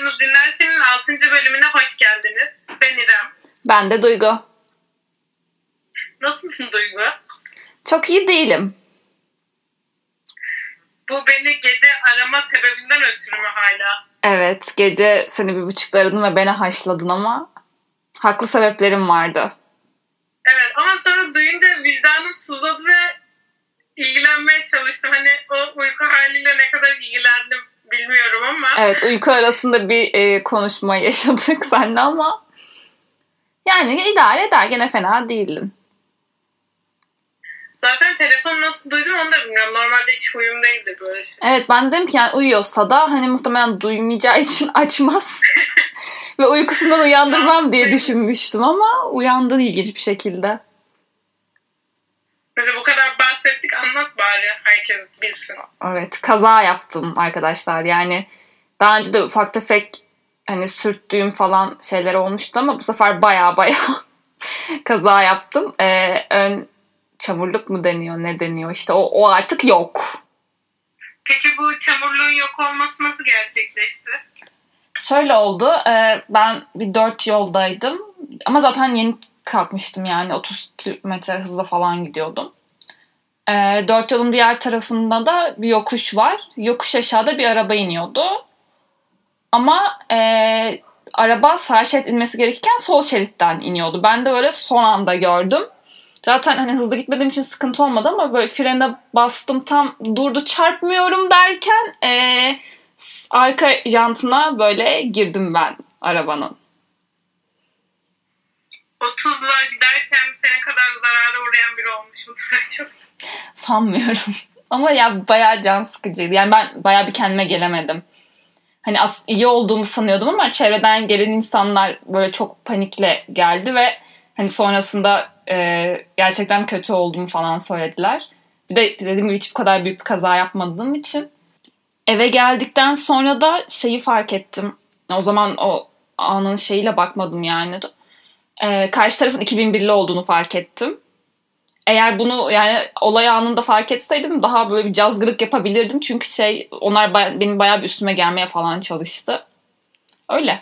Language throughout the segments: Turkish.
Konuştuğunuz Dinlersen'in 6. bölümüne hoş geldiniz. Ben İrem. Ben de Duygu. Nasılsın Duygu? Çok iyi değilim. Bu beni gece arama sebebinden ötürü mü hala? Evet, gece seni 1.30'da aradım ve beni haşladın ama haklı sebeplerim vardı. Evet ama sonra duyunca vicdanım sızladı ve ilgilenmeye çalıştım. Hani o uyku haliyle ne kadar ilgilendim bilmiyorum ama. Evet, uyku arasında bir konuşma yaşadık seninle ama yani idare eder, gene fena değildin. Zaten telefonu nasıl duydum onu da bilmiyorum. Normalde hiç huyum değildi böyle şey. Evet, ben dedim ki yani uyuyorsa da hani muhtemelen duymayacağı için açmaz. Ve uykusundan uyandırmam diye düşünmüştüm ama uyandın ilginç bir şekilde. Mesela bu kadar bahsettik, anlat bari herkes bilsin. Evet, kaza yaptım arkadaşlar. Yani daha önce de ufak tefek hani sürttüğüm falan şeyler olmuştu ama bu sefer baya kaza yaptım. Ön çamurluk mu deniyor, ne deniyor? İşte o artık yok. Peki bu çamurluğun yok olması nasıl gerçekleşti? Şöyle oldu. Ben bir 4 yoldaydım. Ama zaten yeni kalkmıştım yani. 30 kilometre hızla falan gidiyordum. 4 yolun diğer tarafında da bir yokuş var. Yokuş aşağıda bir araba iniyordu. Ama araba sağ şerit inmesi gerekirken sol şeritten iniyordu. Ben de böyle son anda gördüm. Zaten hani hızlı gitmediğim için sıkıntı olmadı ama böyle frene bastım, tam durdu, çarpmıyorum derken arka jantına böyle girdim ben arabanın. 30'la giderken sene kadar zarara uğrayan biri olmuş mudur acaba? Sanmıyorum. Ama ya bayağı can sıkıcıydı. Yani ben bayağı bir kendime gelemedim. Hani iyi olduğumu sanıyordum ama çevreden gelen insanlar böyle çok panikle geldi ve hani sonrasında gerçekten kötü olduğumu falan söylediler. Bir de dediğim gibi hiç bu kadar büyük bir kaza yapmadığım için. Eve geldikten sonra da şeyi fark ettim. O zaman o anın şeyiyle bakmadım yani. Karşı tarafın 2001'li olduğunu fark ettim. Eğer bunu yani olay anında fark etseydim daha böyle bir cazgırlık yapabilirdim. Çünkü onlar benim bayağı bir üstüme gelmeye falan çalıştı. Öyle.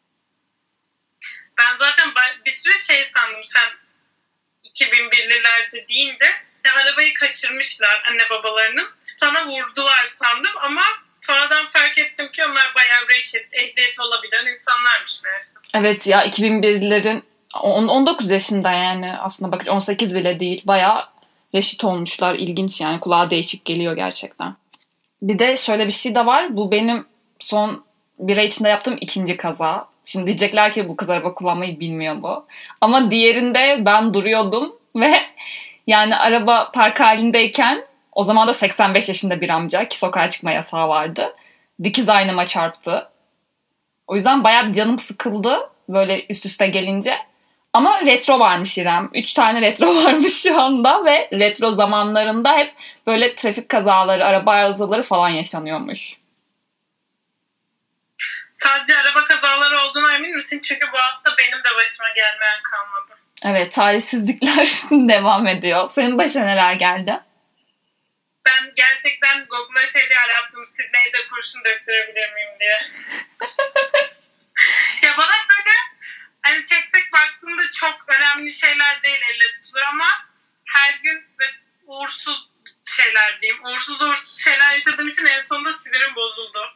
Ben zaten bir sürü şey sandım sen 2001'lilerde deyince. Ya arabayı kaçırmışlar anne babalarının. Sana vurdular sandım ama sonradan fark ettim ki onlar bayağı reşit, ehliyet olabilen insanlarmış meğerse. Evet ya, 2001'lerin 19 yaşında yani aslında bakınca 18 bile değil. Bayağı reşit olmuşlar. İlginç yani, kulağa değişik geliyor gerçekten. Bir de şöyle bir şey de var. Bu benim son bir ay içinde yaptığım 2. kaza. Şimdi diyecekler ki bu kız araba kullanmayı bilmiyor bu. Ama diğerinde ben duruyordum ve yani araba park halindeyken o zaman da 85 yaşında bir amca, ki sokağa çıkma yasağı vardı, dikiz aynama çarptı. O yüzden bayağı bir canım sıkıldı böyle üst üste gelince. Ama retro varmış İrem. 3 tane retro varmış şu anda ve retro zamanlarında hep böyle trafik kazaları, araba arızaları falan yaşanıyormuş. Sadece araba kazaları olduğuna emin misin? Çünkü bu hafta benim de başıma gelmeyen kalmadı. Evet, talihsizlikler devam ediyor. Senin başına neler geldi? Ben gerçekten Google'a diye arattım. Sydney'de kurşun döktürebilir miyim diye. Ya bana böyle hani tek tek baktığımda çok önemli şeyler değil elle tutulur ama her gün uğursuz şeyler diyeyim. Uğursuz şeyler yaşadığım için en sonunda sinirim bozuldu.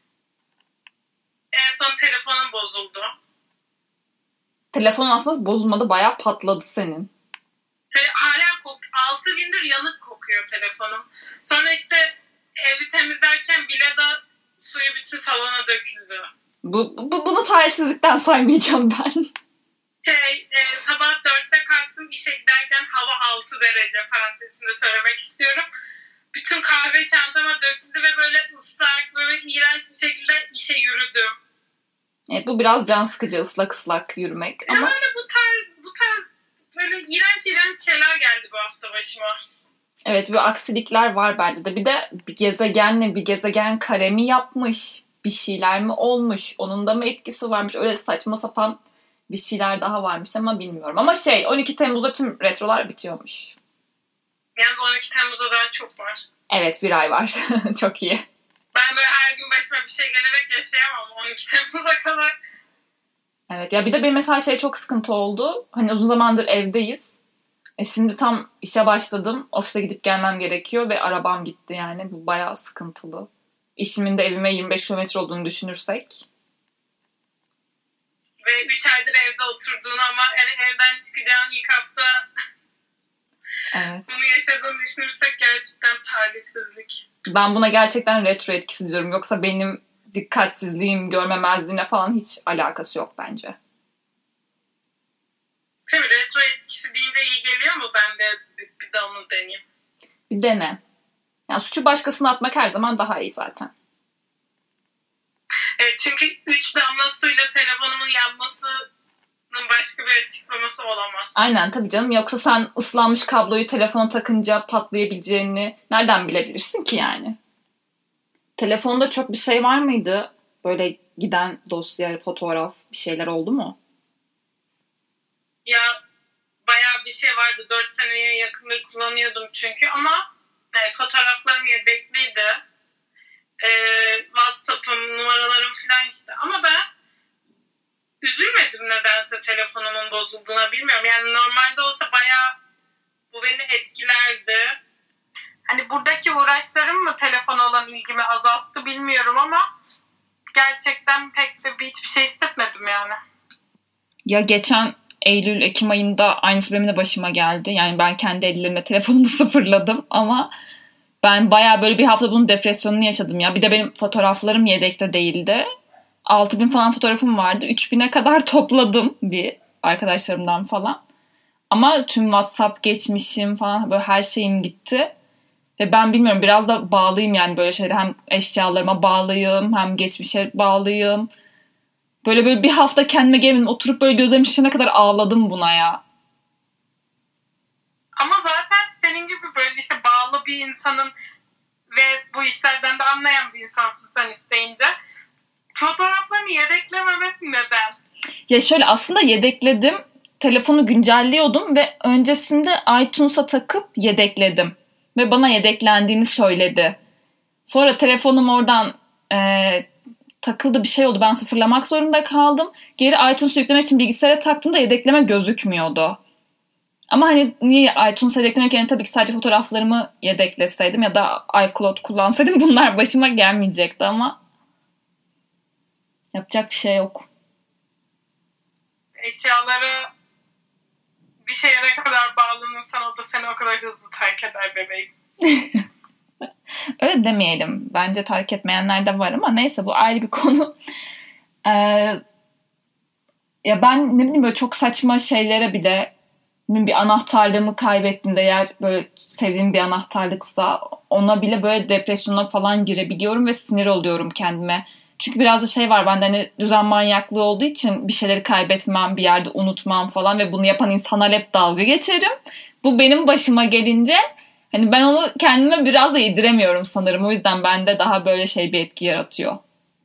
En son telefonum bozuldu. Telefonun aslında bozulmadı, bayağı patladı senin. Hala 6 gündür yanık kokuyor telefonum. Sonra işte evi temizlerken villada suyu bütün salona döküldü. Bunu talihsizlikten saymayacağım ben. Sabah 4'te kalktım, işe giderken hava 6 derece, parantezinde söylemek istiyorum. Bütün kahve çantama döküldü ve böyle ıslak, böyle iğrenç bir şekilde işe yürüdüm. Evet, bu biraz can sıkıcı, ıslak yürümek. Ama böyle bu tarz böyle iğrenç şeyler geldi bu hafta başıma. Evet, böyle aksilikler var bence de. Bir de bir gezegenle bir gezegen karemi yapmış. Bir şeyler mi olmuş? Onun da mı etkisi varmış? Öyle saçma sapan bir şeyler daha varmış ama bilmiyorum. Ama 12 Temmuz'da tüm retrolar bitiyormuş. Yani 12 Temmuz'da daha çok var. Evet, bir ay var. Çok iyi. Ben böyle her gün başıma bir şey gelerek yaşayamam 12 Temmuz'a kadar. Evet ya bir de benim mesela şey çok sıkıntı oldu. Hani uzun zamandır evdeyiz. Şimdi tam işe başladım. Ofise gidip gelmem gerekiyor ve arabam gitti yani. Bu bayağı sıkıntılı. İşimin de evime 25 kilometre olduğunu düşünürsek. Ve 3 aydır evde oturduğun ama yani evden çıkacağın ilk hafta evet. Bunu yaşadığını düşünürsek gerçekten talihsizlik. Ben buna gerçekten retro etkisi diyorum. Yoksa benim dikkatsizliğim, görmemezliğine falan hiç alakası yok bence. Tabii retro etkisi deyince iyi geliyor mu? Ben de bir de onu deneyeyim. Bir dene. Yani suçu başkasına atmak her zaman daha iyi zaten. Evet, çünkü 3 damla suyla telefonumun yanmasının başka bir açıklaması olamaz. Aynen tabii canım. Yoksa sen ıslanmış kabloyu telefona takınca patlayabileceğini nereden bilebilirsin ki yani? Telefonda çok bir şey var mıydı? Böyle giden dosya, fotoğraf bir şeyler oldu mu? Ya bayağı bir şey vardı. 4 seneye yakındır kullanıyordum çünkü ama fotoğraflarım yedekliydi. WhatsApp'ım, numaralarım falan işte. Ama ben üzülmedim nedense telefonumun bozulduğuna, bilmiyorum. Yani normalde olsa bayağı bu beni etkilerdi. Hani buradaki uğraşlarım mı telefona olan ilgimi azalttı bilmiyorum ama gerçekten pek de hiçbir şey hissetmedim yani. Ya geçen Eylül-Ekim ayında aynısı benim de başıma geldi. Yani ben kendi ellerimle telefonumu sıfırladım ama ben bayağı böyle bir hafta bunun depresyonunu yaşadım ya. Bir de benim fotoğraflarım yedekte değildi. 6.000 falan fotoğrafım vardı. 3.000'e kadar topladım bir arkadaşlarımdan falan. Ama tüm WhatsApp geçmişim falan böyle her şeyim gitti. Ve ben bilmiyorum biraz da bağlıyım yani böyle şeyler. Hem eşyalarıma bağlıyım hem geçmişe bağlıyım. Böyle bir hafta kendime gelmedim. Oturup böyle gözlerim şişene kadar ağladım buna ya. Ama zaten senin gibi böyle işte bağlı bir insanın ve bu işlerden de anlayan bir insansın sen isteyince. Fotoğraflarını yedeklememesi neden? Ya şöyle aslında yedekledim. Telefonu güncelliyordum ve öncesinde iTunes'a takıp yedekledim. Ve bana yedeklendiğini söyledi. Sonra telefonum oradan takıldı bir şey oldu. Ben sıfırlamak zorunda kaldım. Geri iTunes'u yüklemek için bilgisayara taktığımda yedekleme gözükmüyordu. Ama hani niye iTunes yedeklemek yerine tabii ki sadece fotoğraflarımı yedekleseydim ya da iCloud kullansaydım bunlar başıma gelmeyecekti ama yapacak bir şey yok. Eşyalara bir şeye ne kadar bağlanırsan o da seni o kadar hızlı terk eder bebeğim. Öyle demeyelim. Bence terk etmeyenler de var ama neyse bu ayrı bir konu. Ya ben ne bileyim böyle çok saçma şeylere bile bir anahtarlığımı kaybettiğimde eğer böyle sevdiğim bir anahtarlıksa ona bile böyle depresyona falan girebiliyorum ve sinir oluyorum kendime. Çünkü biraz da şey var bende hani düzen manyaklığı olduğu için bir şeyleri kaybetmem, bir yerde unutmam falan ve bunu yapan insanlar hep dalga geçerim. Bu benim başıma gelince hani ben onu kendime biraz da yediremiyorum sanırım. O yüzden bende daha böyle şey bir etki yaratıyor.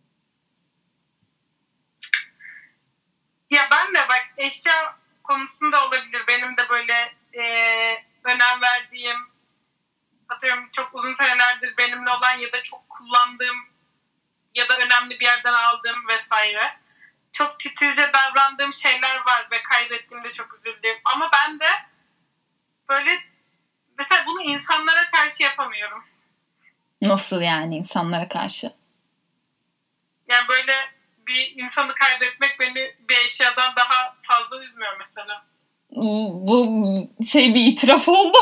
Ya ben de bak eşya konusunda olabilir. Benim de böyle önem verdiğim, atıyorum çok uzun senelerdir benimle olan ya da çok kullandığım ya da önemli bir yerden aldığım vesaire. Çok titizce davrandığım şeyler var ve kaybettiğimde çok üzüldüğüm. Ama ben de böyle mesela bunu insanlara karşı yapamıyorum. Nasıl yani insanlara karşı? Yani böyle bir insanı kaybetmek beni bir eşyadan daha fazla üzmüyor mesela. Bu şey bir itiraf oldu.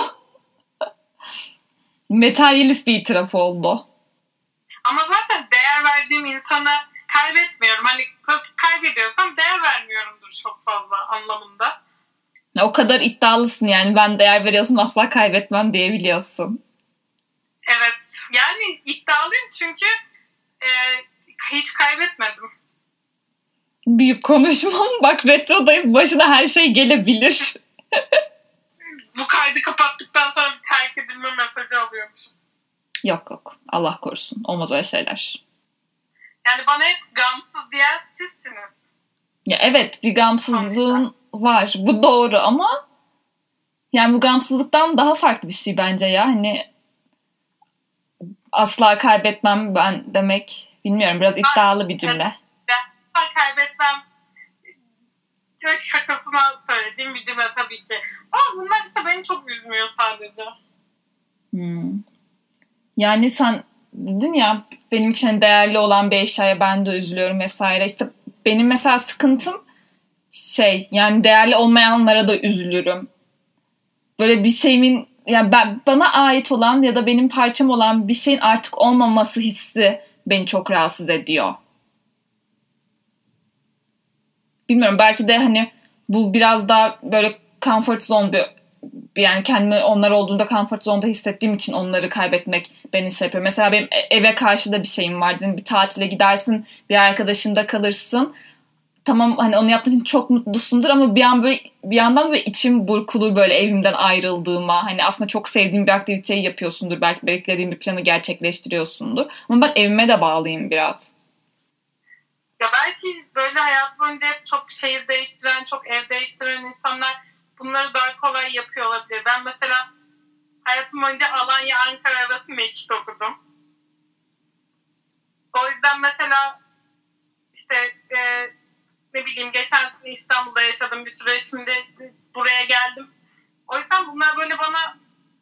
Materyalist bir itiraf oldu. Ama zaten değer verdiğim insanı kaybetmiyorum. Hani kaybediyorsam değer vermiyorumdur çok fazla anlamında. O kadar iddialısın yani ben değer veriyorsam asla kaybetmem diyebiliyorsun. Evet yani iddialıyım çünkü hiç kaybetmedim. Büyük konuşmam. Bak retrodayız başına her şey gelebilir. Bu kaydı kapattıktan sonra bir terk edilme mesajı alıyormuşum. Yok Allah korusun olmaz öyle şeyler. Yani bana hep gamsız diyen sizsiniz. Ya evet bir gamsızlığın var bu doğru ama yani bu gamsızlıktan daha farklı bir şey bence ya hani Asla kaybetmem ben demek, bilmiyorum, biraz iddialı bir cümle. Asla kaybetmem şakasına söylediğim bir cümle tabii ki. Ama bunlar işte beni çok üzmüyor sadece. Yani sen dedin ya, benim için değerli olan bir eşyaya ben de üzülüyorum vesaire. İşte benim mesela sıkıntım yani değerli olmayanlara da üzülürüm. Böyle bir şeyimin, yani bana ait olan ya da benim parçam olan bir şeyin artık olmaması hissi beni çok rahatsız ediyor. Bilmiyorum, belki de hani bu biraz daha böyle comfort zone yani kendimi onlar olduğunda comfort zone'da hissettiğim için onları kaybetmek beni yapıyor. Mesela benim eve karşı da bir şeyim var. Yani bir tatile gidersin, bir arkadaşında kalırsın. Tamam, hani onu yaptığın için çok mutlusundur ama bir yandan böyle içim burkulur böyle evimden ayrıldığıma. Hani aslında çok sevdiğim bir aktiviteyi yapıyorsundur. Belki beklediğim bir planı gerçekleştiriyorsundur. Ama ben evime de bağlıyım biraz. Ya belki böyle hayat boyunca hep çok şehir değiştiren, çok ev değiştiren insanlar bunları daha kolay yapıyor olabilir. Ben mesela hayatım boyunca Alanya, Ankara arası mekik okudum. O yüzden mesela işte ne bileyim geçen sene İstanbul'da yaşadım bir süre, şimdi buraya geldim. O yüzden bunlar böyle bana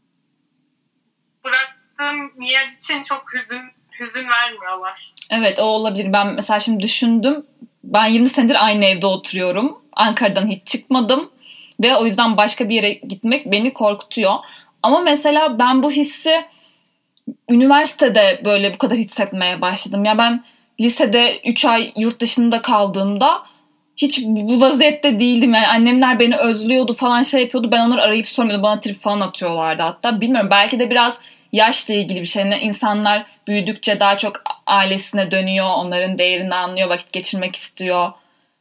bıraktığım yer için çok hüzün vermiyorlar. Evet, o olabilir. Ben mesela şimdi düşündüm. Ben 20 senedir aynı evde oturuyorum. Ankara'dan hiç çıkmadım. Ve o yüzden başka bir yere gitmek beni korkutuyor. Ama mesela ben bu hissi üniversitede böyle bu kadar hissetmeye başladım. Ya ben lisede 3 ay yurt dışında kaldığımda hiç bu vaziyette değildim. Yani annemler beni özlüyordu falan, yapıyordu. Ben onları arayıp sormuyordum. Bana trip falan atıyorlardı hatta. Bilmiyorum, belki de biraz yaşla ilgili bir şey. Yani insanlar büyüdükçe daha çok ailesine dönüyor. Onların değerini anlıyor. Vakit geçirmek istiyor.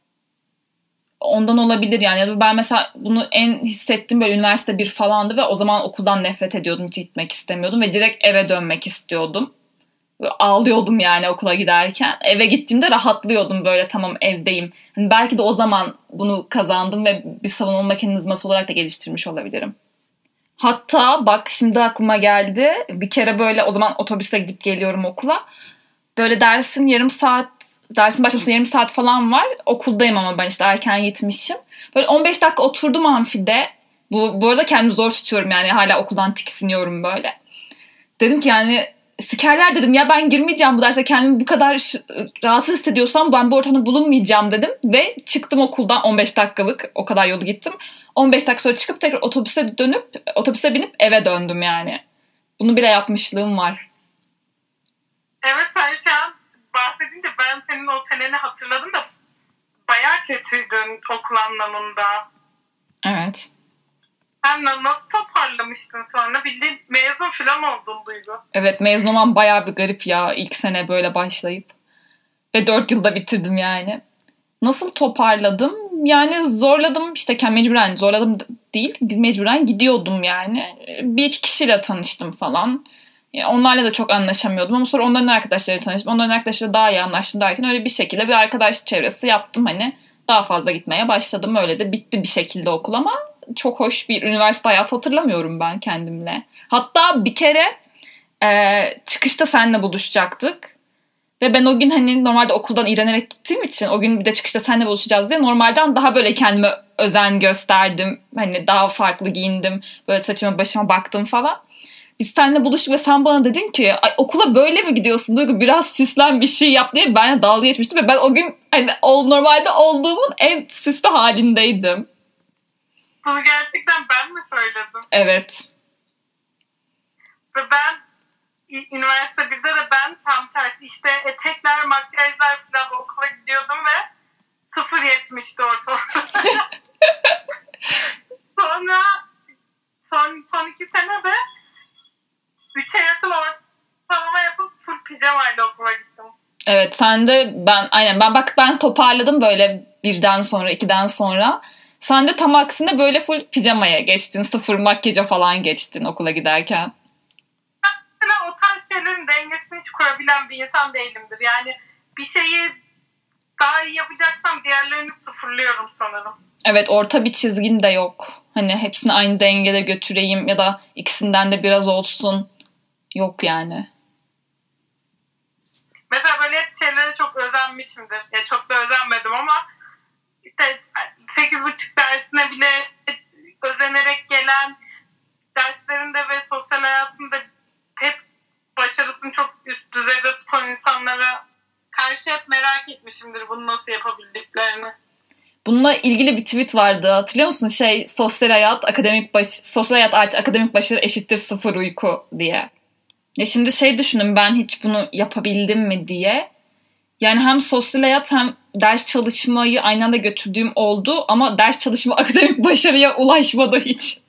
Ondan olabilir yani. Ben mesela bunu en hissettiğim böyle üniversite 1 falandı ve o zaman okuldan nefret ediyordum. Hiç gitmek istemiyordum ve direkt eve dönmek istiyordum. Böyle ağlıyordum yani okula giderken. Eve gittiğimde rahatlıyordum, böyle tamam evdeyim. Hani belki de o zaman bunu kazandım ve bir savunma mekanizması olarak da geliştirmiş olabilirim. Hatta bak, şimdi aklıma geldi. Bir kere böyle, o zaman otobüste gidip geliyorum okula. Böyle dersin başlamasına yarım saat falan var. Okuldayım ama ben işte erken gitmişim. Böyle 15 dakika oturdum amfide. Bu arada kendimi zor tutuyorum yani, hala okuldan tiksiniyorum böyle. Dedim ki yani sikerler dedim ya, ben girmeyeceğim bu derse, kendimi bu kadar rahatsız hissediyorsam ben bu ortamda bulunmayacağım dedim. Ve çıktım okuldan, 15 dakikalık o kadar yolu gittim. 15 dakika sonra çıkıp tekrar otobüse binip eve döndüm yani. Bunu bile yapmışlığım var. Evet, sen şu an bahsedince ben senin o seneni hatırladım da bayağı kötüydün okul anlamında. Evet. Sen nasıl toparlamıştın sonra? Bildiğin mezun falan oldun Duygu. Evet, mezun olmam bayağı bir garip ya, ilk sene böyle başlayıp. Ve 4 yılda bitirdim yani. Nasıl toparladım? Yani zorladım işte, mecburen zorladım değil, mecburen gidiyordum yani. Bir iki kişiyle tanıştım falan. Onlarla da çok anlaşamıyordum ama sonra onların arkadaşlarıyla tanıştım. Onların arkadaşlarıyla daha iyi anlaştım derken öyle bir şekilde bir arkadaş çevresi yaptım hani. Daha fazla gitmeye başladım. Öyle de bitti bir şekilde okul ama çok hoş bir üniversite hayatı hatırlamıyorum ben kendimle. Hatta bir kere çıkışta seninle buluşacaktık. Ve ben o gün hani normalde okuldan iğrenerek gittiğim için, o gün bir de çıkışta seninle buluşacağız diye normalden daha böyle kendime özen gösterdim. Hani daha farklı giyindim. Böyle saçıma başıma baktım falan. Biz seninle buluştuk ve sen bana dedin ki ay, okula böyle mi gidiyorsun Duygu, biraz süslen bir şey yap diye benimle dalga geçmiştim. Ve ben o gün hani normalde olduğumun en süslü halindeydim. Bunu gerçekten ben mi söyledim? Evet. Ve ben üniversite 1'de de ben tam tersi işte etekler, makyajlar falan okula gidiyordum ve 0.70'ti ortalama. Sonra son 2 sene de 3'e yakın ortalama yapıp full pijamayla okula gittim. Evet, sen de ben toparladım böyle 1'den sonra 2'den sonra. Sen de tam aksine böyle full pijamaya geçtin, 0 makyaja falan geçtin okula giderken. Mesela o tarz şeylerin dengesini hiç kurabilen bir insan değilimdir. Yani bir şeyi daha iyi yapacaksam diğerlerini sıfırlıyorum sanırım. Evet, orta bir çizgin de yok. Hani hepsini aynı dengede götüreyim ya da ikisinden de biraz olsun. Yok yani. Mesela böyle hep şeylere çok özenmişimdir. Ya çok da özenmedim ama işte 8,5 dersine bile özenerek gelen, derslerinde ve sosyal hayatında hep başarısını çok üst düzeyde tutan insanlara karşı hep merak etmişimdir bunu nasıl yapabildiklerini. Bununla ilgili bir tweet vardı. Hatırlıyor musun? Sosyal hayat artı akademik başarı eşittir 0 uyku diye. Ya şimdi düşündüm, ben hiç bunu yapabildim mi diye. Yani hem sosyal hayat hem ders çalışmayı aynı anda götürdüğüm oldu ama ders çalışma akademik başarıya ulaşmadı hiç.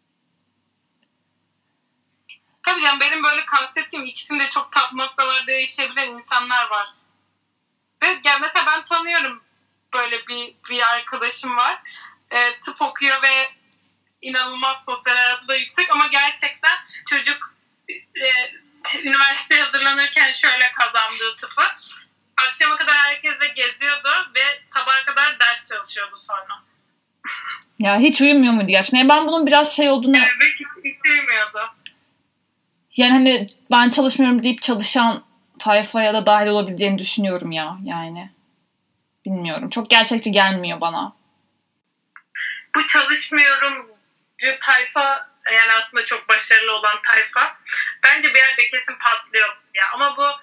Tabii canım, benim böyle kastettiğim ikisinde çok top noktalarda değişebilen insanlar var. Ve yani mesela ben tanıyorum, böyle bir arkadaşım var. Tıp okuyor ve inanılmaz sosyal hayatı da yüksek ama gerçekten çocuk üniversiteye hazırlanırken şöyle kazandığı tıpı. Akşama kadar herkesle geziyordu ve sabaha kadar ders çalışıyordu sonra. Ya hiç uyumuyor muydu gerçekten? Yani ben bunun biraz olduğunu... Evet, hiç uyumuyordu. Yani hani ben çalışmıyorum deyip çalışan tayfaya da dahil olabileceğini düşünüyorum ya. Yani bilmiyorum. Çok gerçekçi gelmiyor bana. Bu çalışmıyorum tayfa, yani aslında çok başarılı olan tayfa bence bir yerde kesin patlıyor ya. Ama bu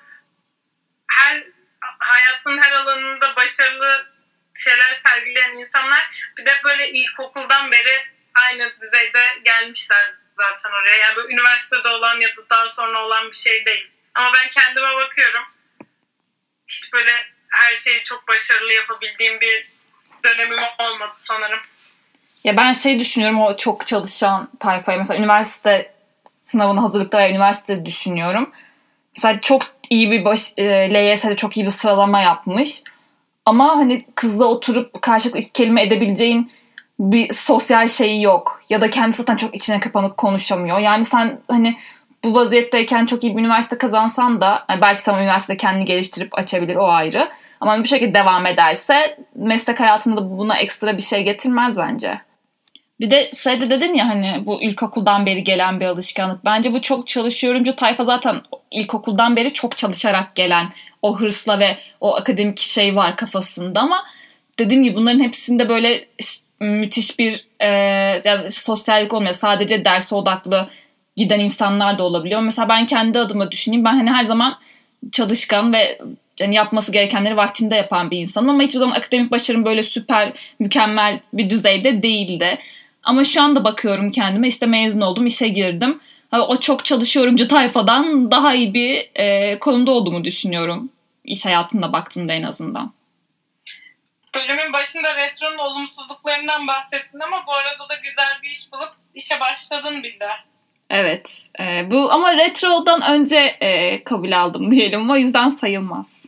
hayatın her alanında başarılı şeyler sergileyen insanlar bir de böyle ilkokuldan beri aynı düzeyde gelmişler zaten oraya. Yani böyle üniversitede olan ya da daha sonra olan bir şey değil. Ama ben kendime bakıyorum. Hiç böyle her şeyi çok başarılı yapabildiğim bir dönemim olmadı sanırım. Ya ben düşünüyorum, o çok çalışan tayfaya. Mesela üniversite sınavına hazırlıkta veya üniversite düşünüyorum. Mesela çok iyi bir LYS'de çok iyi bir sıralama yapmış. Ama hani kızla oturup karşılıklı iki kelime edebileceğin bir sosyal şeyi yok. Ya da kendisi zaten çok içine kapanık konuşamıyor. Yani sen hani bu vaziyetteyken çok iyi bir üniversite kazansan da yani belki tam üniversitede kendini geliştirip açabilir, o ayrı. Ama bu şekilde devam ederse meslek hayatında buna ekstra bir şey getirmez bence. Bir de dedin ya hani bu ilkokuldan beri gelen bir alışkanlık. Bence bu çok çalışıyorumcu tayfa zaten ilkokuldan beri çok çalışarak gelen o hırsla ve o akademik şey var kafasında ama dediğim gibi bunların hepsinde böyle müthiş bir yani sosyallik olmuyor. Sadece derse odaklı giden insanlar da olabiliyor. Mesela ben kendi adıma düşüneyim. Ben hani her zaman çalışkan ve yani yapması gerekenleri vaktinde yapan bir insanım ama hiçbir zaman akademik başarım böyle süper, mükemmel bir düzeyde değildi. Ama şu anda bakıyorum kendime, işte mezun oldum, işe girdim. O çok çalışıyorumcu tayfadan daha iyi bir konumda olduğumu düşünüyorum. İş hayatında baktığımda en azından. Bölümün başında Retro'nun olumsuzluklarından bahsettin ama bu arada da güzel bir iş bulup işe başladın bile. Evet. Bu ama Retro'dan önce kabul aldım diyelim. O yüzden sayılmaz.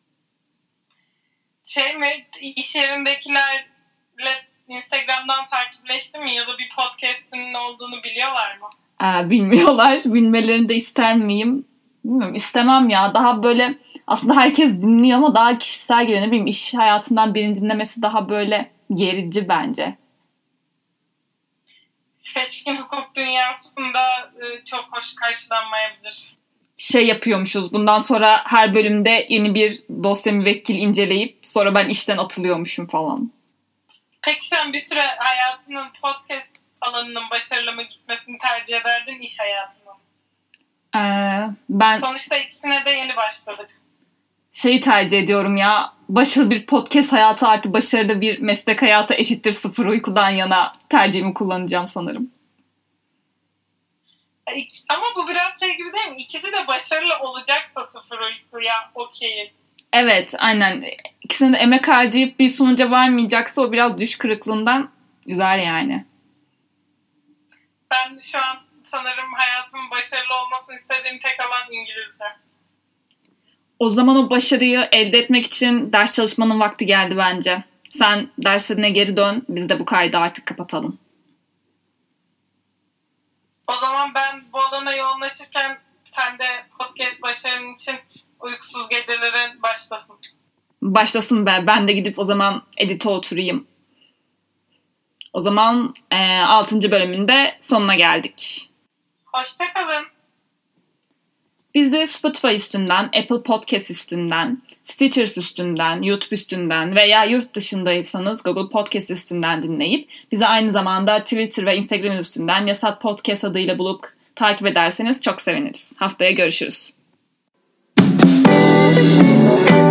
İş yerindekilerle Instagram'dan takipleştin mi ya da bir podcast'inin olduğunu biliyorlar mı? Bilmiyorlar. Bilmelerini de ister miyim? Bilmiyorum. İstemem ya. Daha böyle aslında herkes dinliyor ama daha kişisel geliyor. Ne bileyim, iş hayatından birini dinlemesi daha böyle gerici bence. Seçkin hukuk dünyasında çok hoş karşılanmayabilir. Yapıyormuşuz. Bundan sonra her bölümde yeni bir dosya müvekkil inceleyip sonra ben işten atılıyormuşum falan. Peki sen bir süre hayatının podcast alanının başarılı mı gitmesini tercih ederdin, iş hayatının? Ben sonuçta ikisine de yeni başladık. Tercih ediyorum ya. Başarılı bir podcast hayatı artı başarılı bir meslek hayatı eşittir 0 uykudan yana tercihimi kullanacağım sanırım. Ama bu biraz gibi değil mi? İkisi de başarılı olacaksa 0 uykuya okeyim. Evet, aynen. İkisine de emek harcayıp bir sonuca varmayacaksa o biraz düş kırıklığından üzer yani. Ben şu an sanırım hayatımın başarılı olmasını istediğim tek alan İngilizce. O zaman o başarıyı elde etmek için ders çalışmanın vakti geldi bence. Sen dersine geri dön. Biz de bu kaydı artık kapatalım. O zaman ben bu alana yoğunlaşırken sen de podcast başarının için uykusuz gecelerin başlasın. Başlasın be. Ben de gidip o zaman edite oturayım. O zaman 6. bölümün de sonuna geldik. Hoşça kalın. Bizi Spotify üstünden, Apple Podcast üstünden, Stitcher üstünden, YouTube üstünden veya yurt dışındaysanız Google Podcast üstünden dinleyip bizi aynı zamanda Twitter ve Instagram üstünden Yasat Podcast adıyla bulup takip ederseniz çok seviniriz. Haftaya görüşürüz.